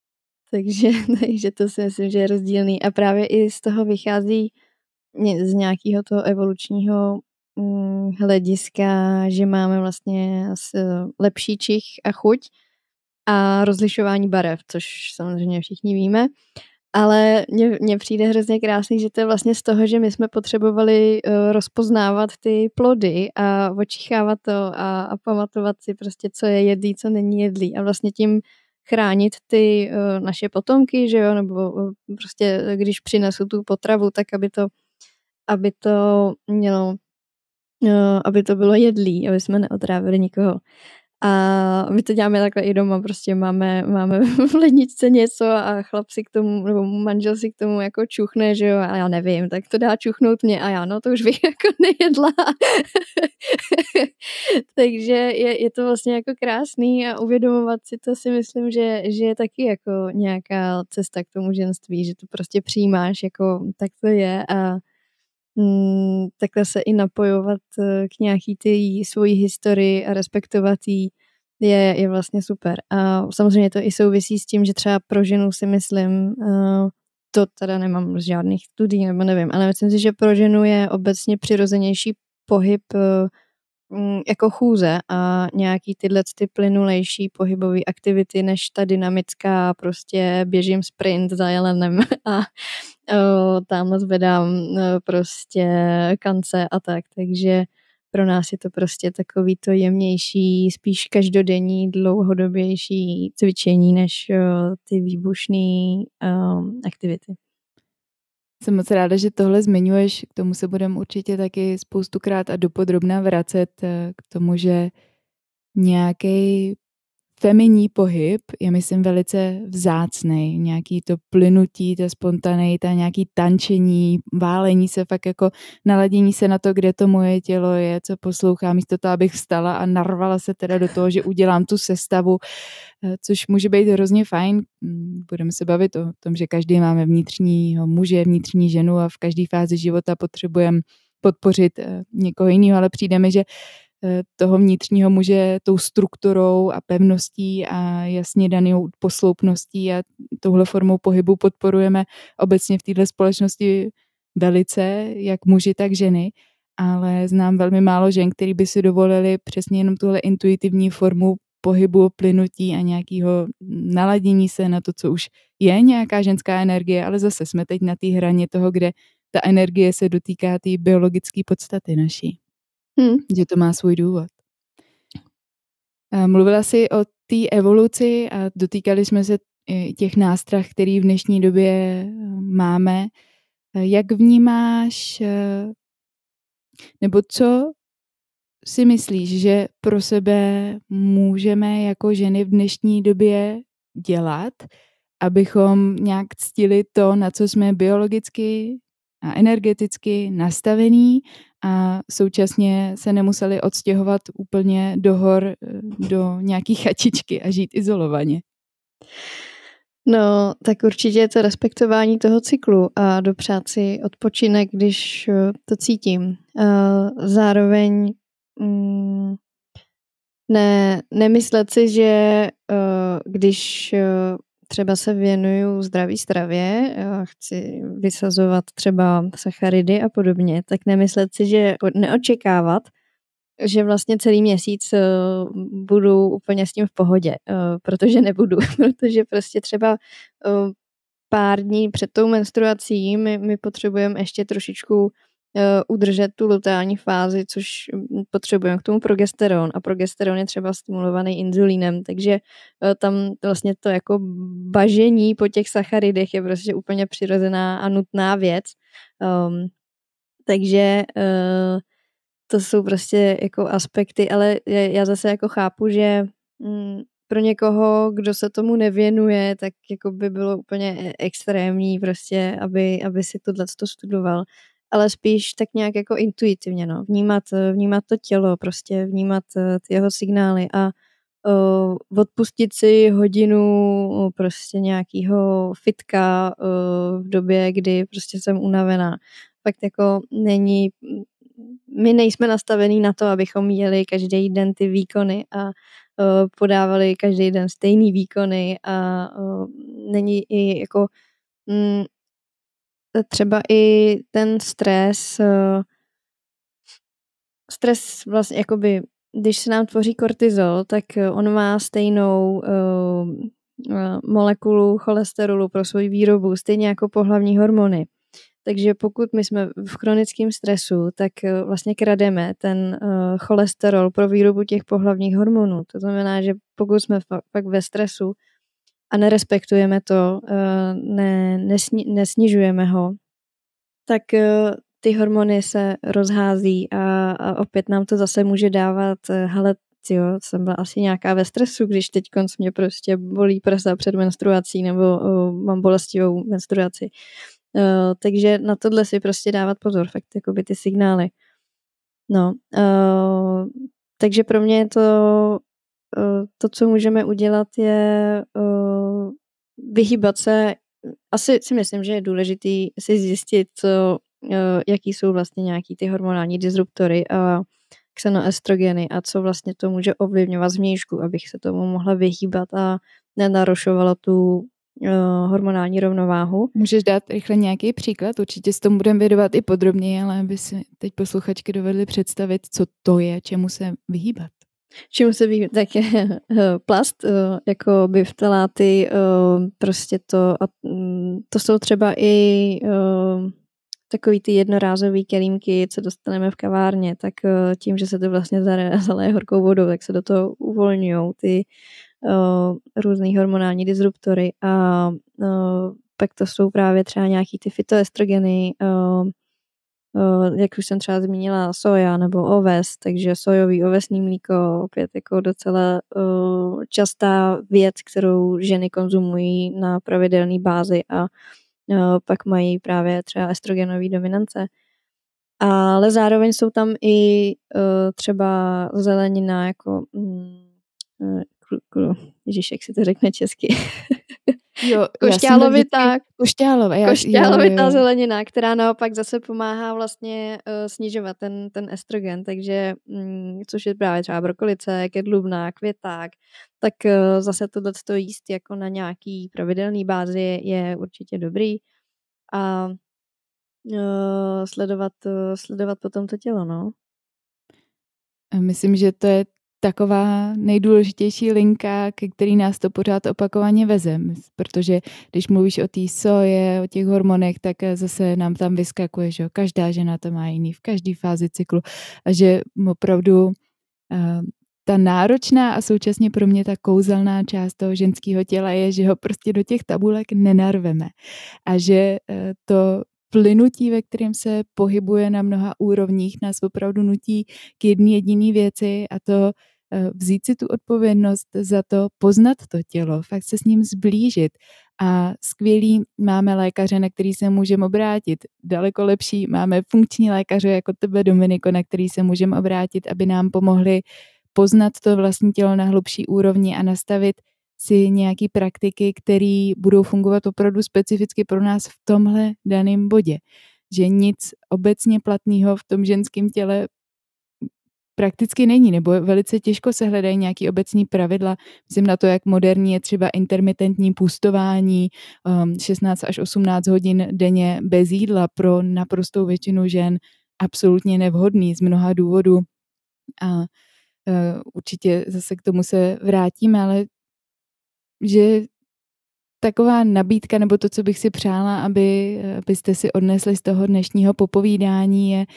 takže to si myslím, že je rozdílný. A právě i z toho vychází z nějakého toho evolučního hlediska, že máme vlastně lepší čich a chuť a rozlišování barev, což samozřejmě všichni víme. Ale mně přijde hrozně krásný, že to je vlastně z toho, že my jsme potřebovali rozpoznávat ty plody a očichávat to a pamatovat si prostě, co je jedlý, co není jedlý a vlastně tím chránit ty naše potomky, že jo, nebo prostě když přinesu tu potravu, tak aby to mělo, aby to bylo jedlý, aby jsme neotrávili nikoho. A my to děláme takhle i doma, prostě máme v ledničce něco a chlap si k tomu, nebo manžel si k tomu jako čuchne, že jo, a já nevím, tak to dá čuchnout mě a já, no to už bych jako nejedla. Takže je to vlastně jako krásný a uvědomovat si to si myslím, že je taky jako nějaká cesta k tomu ženství, že to prostě přijímáš, jako tak to je a takhle se i napojovat k nějaký ty svojí historii a respektovat jí je vlastně super. A samozřejmě to i souvisí s tím, že třeba pro ženu si myslím, to teda nemám z žádných studií, nebo nevím, ale myslím si, že pro ženu je obecně přirozenější pohyb jako chůze a nějaký tyhle ty plynulejší pohybové aktivity, než ta dynamická prostě běžím sprint za jelenem a tamhle zvedám prostě kance a tak, takže pro nás je to prostě takový to jemnější, spíš každodenní, dlouhodobější cvičení, než ty výbušné aktivity.
Jsem moc ráda, že tohle zmiňuješ, k tomu se budeme určitě taky spoustukrát a dopodrobna vracet k tomu, že nějaký feminní pohyb je, myslím, velice vzácnej. Nějaký to plynutí, ta spontaneita, nějaký tančení, válení se, fakt jako naladění se na to, kde to moje tělo je, co poslouchám, místo toho, abych vstala a narvala se teda do toho, že udělám tu sestavu, což může být hrozně fajn. Budeme se bavit o tom, že každý máme vnitřního muže, vnitřní ženu a v každé fázi života potřebujeme podpořit někoho jiného, ale přijde mi, že toho vnitřního muže tou strukturou a pevností a jasně danou posloupností a touhle formou pohybu podporujeme obecně v této společnosti velice, jak muži, tak ženy, ale znám velmi málo žen, který by si dovolili přesně jenom tuhle intuitivní formu pohybu, plynutí a nějakého naladění se na to, co už je nějaká ženská energie, ale zase jsme teď na té hraně toho, kde ta energie se dotýká té biologické podstaty naší. Že to má svůj důvod. Mluvila jsi o té evoluci a dotýkali jsme se těch nástrah, který v dnešní době máme. Jak vnímáš, nebo co si myslíš, že pro sebe můžeme jako ženy v dnešní době dělat, abychom nějak ctili to, na co jsme biologicky a energeticky nastavení a současně se nemuseli odstěhovat úplně do hor, do nějaký chatičky a žít izolovaně?
No, tak určitě je to respektování toho cyklu a dopřát si odpočinek, když to cítím. Zároveň nemyslet si, že když třeba se věnuju zdraví stravě, chci vysazovat třeba sacharidy a podobně, tak nemyslet si, že neočekávat, že vlastně celý měsíc budu úplně s tím v pohodě, protože nebudu, protože prostě třeba pár dní před tou menstruací my potřebujeme ještě trošičku udržet tu luteální fázi, což potřebujeme k tomu progesteron a progesteron je třeba stimulovaný inzulínem, takže tam vlastně to jako bažení po těch sacharidech je prostě úplně přirozená a nutná věc. Takže to jsou prostě jako aspekty, ale já zase jako chápu, že pro někoho, kdo se tomu nevěnuje, tak jako by bylo úplně extrémní prostě, aby si tohleto studoval. Ale spíš tak nějak jako intuitivně, no. Vnímat to tělo, prostě vnímat ty jeho signály a odpustit si hodinu prostě nějakého fitka v době, kdy prostě jsem unavená. Fakt jako my nejsme nastavení na to, abychom jeli každý den ty výkony a podávali každý den stejný výkony a není i jako třeba i ten stres vlastně jakoby, když se nám tvoří kortizol, tak on má stejnou molekulu cholesterolu pro svoji výrobu, stejně jako pohlavní hormony. Takže pokud my jsme v chronickém stresu, tak vlastně krademe ten cholesterol pro výrobu těch pohlavních hormonů. To znamená, že pokud jsme fakt ve stresu a nerespektujeme to, nesnižujeme ho, tak ty hormony se rozhází a opět nám to zase může dávat, hele, jo, jsem byla asi nějaká ve stresu, když teď mě prostě bolí prsa před menstruací nebo mám bolestivou menstruaci. Takže na tohle si prostě dávat pozor, fakt jakoby ty signály. No, takže pro mě je to, co můžeme udělat, je vyhýbat se. Asi si myslím, že je důležitý si zjistit, jaký jsou vlastně nějaký ty hormonální disruptory a xenoestrogeny a co vlastně to může ovlivňovat zvnějšku, abych se tomu mohla vyhýbat a nenarušovala tu hormonální rovnováhu.
Můžeš dát rychle nějaký příklad? Určitě s tomu budeme věnovat i podrobněji, ale aby si teď posluchačky dovedly představit, co to je, čemu se vyhýbat.
Čemu se vyhýbat? Tak je plast, jako biftaláty, prostě to jsou třeba i takový ty jednorázový kelímky, co dostaneme v kavárně, tak tím, že se to vlastně zaleje horkou vodou, tak se do toho uvolňují ty různý hormonální disruptory a pak to jsou právě třeba nějaký ty fytoestrogeny, jak už jsem třeba zmínila, soja nebo oves, takže sojový ovesný mlíko, opět jako docela častá věc, kterou ženy konzumují na pravidelné bázi a pak mají právě třeba estrogenové dominance. Ale zároveň jsou tam i třeba zelenina jako ježiš, jak si to řekne česky.
Jo,
košťálovitá zelenina, která naopak zase pomáhá vlastně snižovat ten estrogen, takže což je právě třeba brokolice, kedlubná, květák, tak zase tohleto jíst jako na nějaký pravidelný bázi je určitě dobrý a sledovat potom to tělo, no.
Myslím, že to je taková nejdůležitější linka, ke který nás to pořád opakovaně veze, protože když mluvíš o té soje, o těch hormonech, tak zase nám tam vyskakuje, že každá žena to má jiný v každé fázi cyklu a že opravdu ta náročná a současně pro mě ta kouzelná část toho ženského těla je, že ho prostě do těch tabulek nenarveme a že to plynutí, ve kterém se pohybuje na mnoha úrovních, nás opravdu nutí k jedné jediné věci a to vzít si tu odpovědnost za to poznat to tělo, fakt se s ním zblížit a skvělý máme lékaře, na který se můžeme obrátit. Daleko lepší máme funkční lékaře jako tebe, Dominiko, na který se můžeme obrátit, aby nám pomohli poznat to vlastní tělo na hlubší úrovni a nastavit si nějaký praktiky, které budou fungovat opravdu specificky pro nás v tomhle daném bodě. Že nic obecně platného v tom ženském těle prakticky není, nebo velice těžko se hledají nějaký obecní pravidla. Myslím na to, jak moderní je třeba intermitentní půstování 16 až 18 hodin denně bez jídla pro naprostou většinu žen absolutně nevhodný z mnoha důvodů. A určitě zase k tomu se vrátíme, ale že taková nabídka, nebo to, co bych si přála, abyste si odnesli z toho dnešního popovídání, je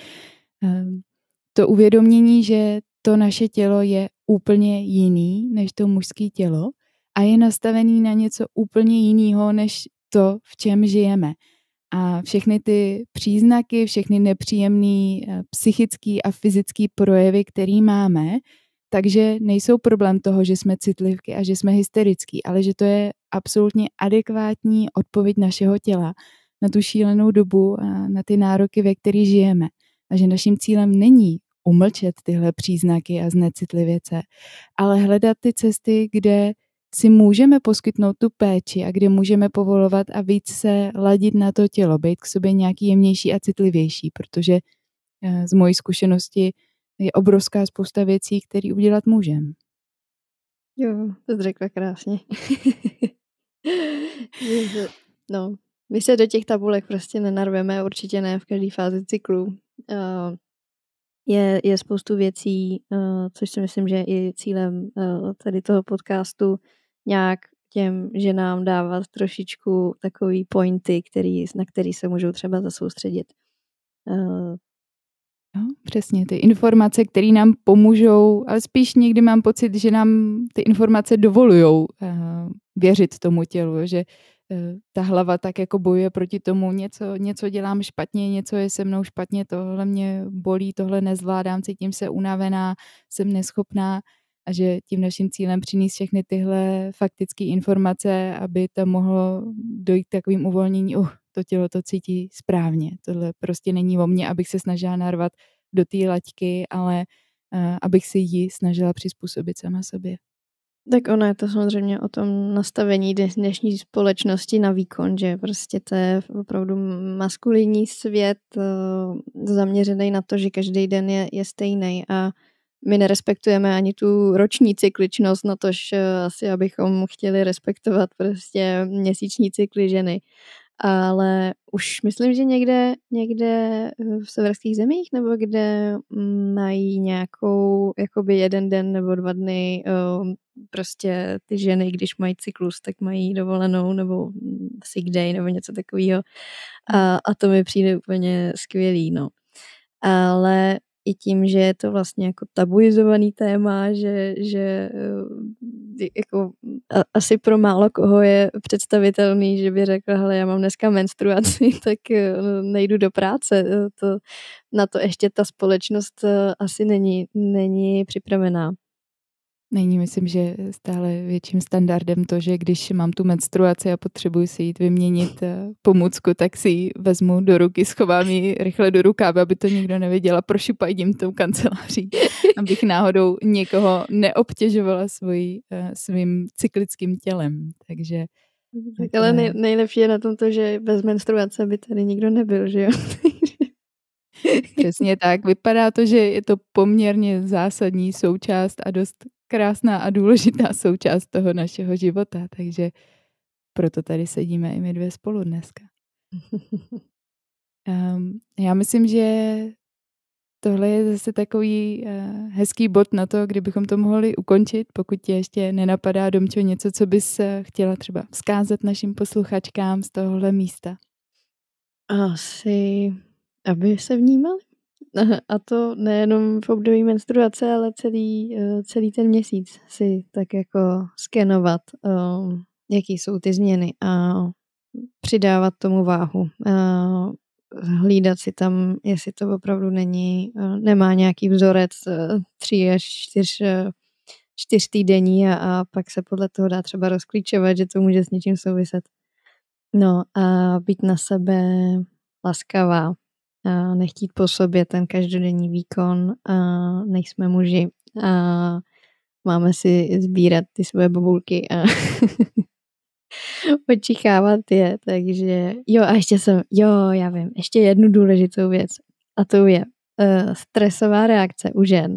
to uvědomění, že to naše tělo je úplně jiný než to mužské tělo a je nastavený na něco úplně jiného než to, v čem žijeme. A všechny ty příznaky, všechny nepříjemné psychické a fyzické projevy, které máme, takže nejsou problém toho, že jsme citlivky a že jsme hysterický, ale že to je absolutně adekvátní odpověď našeho těla na tu šílenou dobu a na ty nároky, ve kterých žijeme. A že naším cílem není umlčet tyhle příznaky a znecitlivět se, ale hledat ty cesty, kde si můžeme poskytnout tu péči a kde můžeme povolovat a víc se ladit na to tělo, být k sobě nějaký jemnější a citlivější, protože z mojí zkušenosti je obrovská spousta věcí, které udělat můžeme.
Jo, to jsi řekla krásně. No, my se do těch tabulek prostě nenarveme, určitě ne v každé fázi cyklu. Je spoustu věcí, což si myslím, že je i cílem tady toho podcastu, nějak těm ženám dávat trošičku takový pointy, na který se můžou třeba zasoustředit.
No, přesně, ty informace, které nám pomůžou, ale spíš někdy mám pocit, že nám ty informace dovolujou věřit tomu tělu, že ta hlava tak jako bojuje proti tomu, něco dělám špatně, něco je se mnou špatně, tohle mě bolí, tohle nezvládám, cítím se unavená, jsem neschopná a že tím naším cílem přinést všechny tyhle faktické informace, aby tam mohlo dojít k takovým uvolnění, to tělo to cítí správně, tohle prostě není o mně, abych se snažila narvat do té laťky, ale abych si ji snažila přizpůsobit sama sobě.
Tak ono je to samozřejmě o tom nastavení dnešní společnosti na výkon, že prostě to je opravdu maskulinní svět zaměřený na to, že každý den je stejný a my nerespektujeme ani tu roční cykličnost, na tož asi abychom chtěli respektovat prostě měsíční cykly ženy. Ale už myslím, že někde v severských zemích, nebo kde mají nějakou jakoby 1 den nebo 2 dny prostě ty ženy, když mají cyklus, tak mají dovolenou nebo sick day nebo něco takového. A to mi přijde úplně skvělý, no. Ale i tím, že je to vlastně jako tabuizovaný téma, že jako asi pro málo koho je představitelný, že by řekl, hele, já mám dneska menstruaci, tak nejdu do práce. Na to ještě ta společnost asi není připravená.
Není, myslím, že stále větším standardem to, že když mám tu menstruaci a potřebuji si jít vyměnit pomůcku, tak si ji vezmu do ruky, schovám ji rychle do rukáve, aby to nikdo neviděl a prošupajdím tou kanceláří, abych náhodou někoho neobtěžovala svým cyklickým tělem. Takže
tak ale nejlepší je na tom to, že bez menstruace by tady nikdo nebyl, že jo?
Přesně tak. Vypadá to, že je to poměrně zásadní součást a dost krásná a důležitá součást toho našeho života, takže proto tady sedíme i my dvě spolu dneska. Já myslím, že tohle je zase takový hezký bod na to, kdybychom to mohli ukončit, pokud tě ještě nenapadá, Domčo, něco, co bys chtěla třeba vzkázat našim posluchačkám z tohohle místa.
Asi, aby se vnímali. A to nejenom v období menstruace, ale celý ten měsíc si tak jako skenovat, jaký jsou ty změny a přidávat tomu váhu. Hlídat si tam, jestli to opravdu nemá nějaký vzorec 3 až 4 týdení a pak se podle toho dá třeba rozklíčovat, že to může s něčím souviset. No a být na sebe laskavá. A nechtít po sobě ten každodenní výkon a nejsme muži a máme si sbírat ty svoje bobulky a očichávat je, takže já vím, ještě jednu důležitou věc a to je stresová reakce u žen.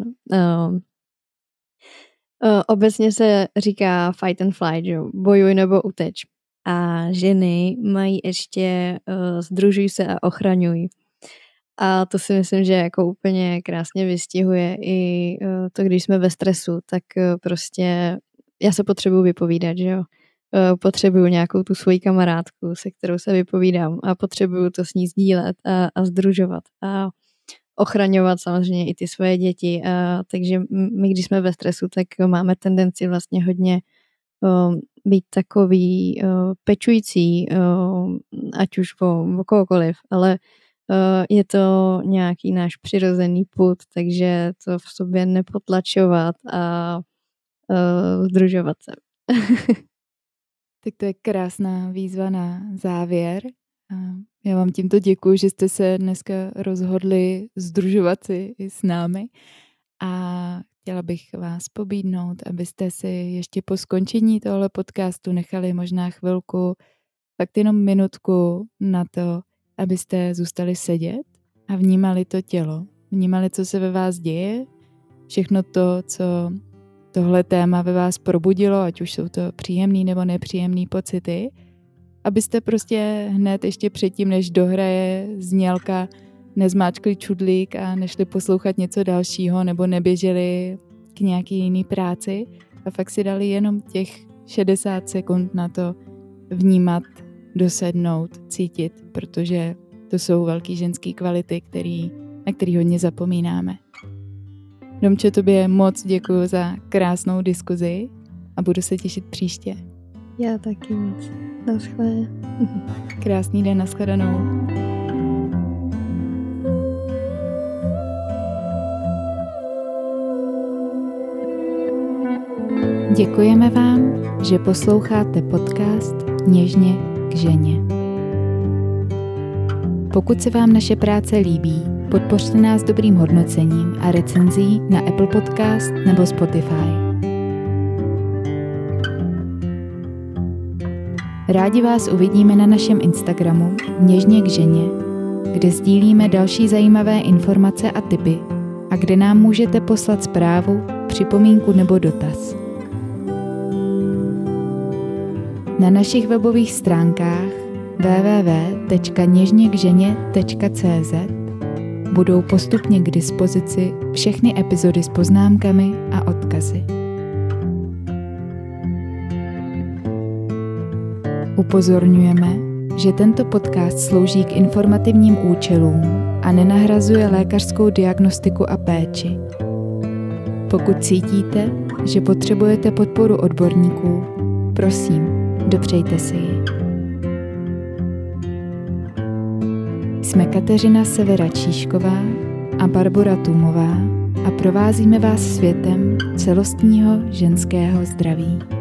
Obecně se říká fight and flight, jo? Bojuj nebo uteč. A ženy mají ještě sdružuj se a ochraňuj. A to si myslím, že jako úplně krásně vystihuje i to, když jsme ve stresu, tak prostě já se potřebuji vypovídat, že jo. Potřebuju nějakou tu svoji kamarádku, se kterou se vypovídám a potřebuju to s ní sdílet a sdružovat a ochraňovat samozřejmě i ty svoje děti. Takže my, když jsme ve stresu, tak máme tendenci vlastně hodně být takový pečující, ať už o kohokoliv, ale je to nějaký náš přirozený pud, takže to v sobě nepotlačovat a sdružovat se.
Tak to je krásná výzva na závěr. Já vám tímto děkuji, že jste se dneska rozhodli sdružovat si i s námi a chtěla bych vás pobídnout, abyste si ještě po skončení tohle podcastu nechali možná chvilku, fakt jenom minutku na to, abyste zůstali sedět a vnímali to tělo. Vnímali, co se ve vás děje, všechno to, co tohle téma ve vás probudilo, ať už jsou to příjemný nebo nepříjemný pocity. abyste prostě hned ještě předtím, než dohraje znělka, nezmáčkli čudlík a nešli poslouchat něco dalšího nebo neběželi k nějaký jiný práci a fakt si dali jenom těch 60 sekund na to vnímat, dosednout, cítit, protože to jsou velký ženský kvality, na který hodně zapomínáme. Domčo, tobě moc děkuju za krásnou diskuzi a budu se těšit příště.
Já taky moc. Naschle.
Krásný den, nashledanou. Děkujeme vám, že posloucháte podcast Něžně k ženě. Pokud se vám naše práce líbí, podpořte nás dobrým hodnocením a recenzí na Apple Podcast nebo Spotify. Rádi vás uvidíme na našem Instagramu Něžně k ženě, kde sdílíme další zajímavé informace a tipy a kde nám můžete poslat zprávu, připomínku nebo dotaz. Na našich webových stránkách www.něžněkženě.cz budou postupně k dispozici všechny epizody s poznámkami a odkazy. Upozorňujeme, že tento podcast slouží k informativním účelům a nenahrazuje lékařskou diagnostiku a péči. Pokud cítíte, že potřebujete podporu odborníků, prosím, dopřejte si ji. Jsme Kateřina Severa Číšková a Barbora Tůmová a provázíme vás světem celostního ženského zdraví.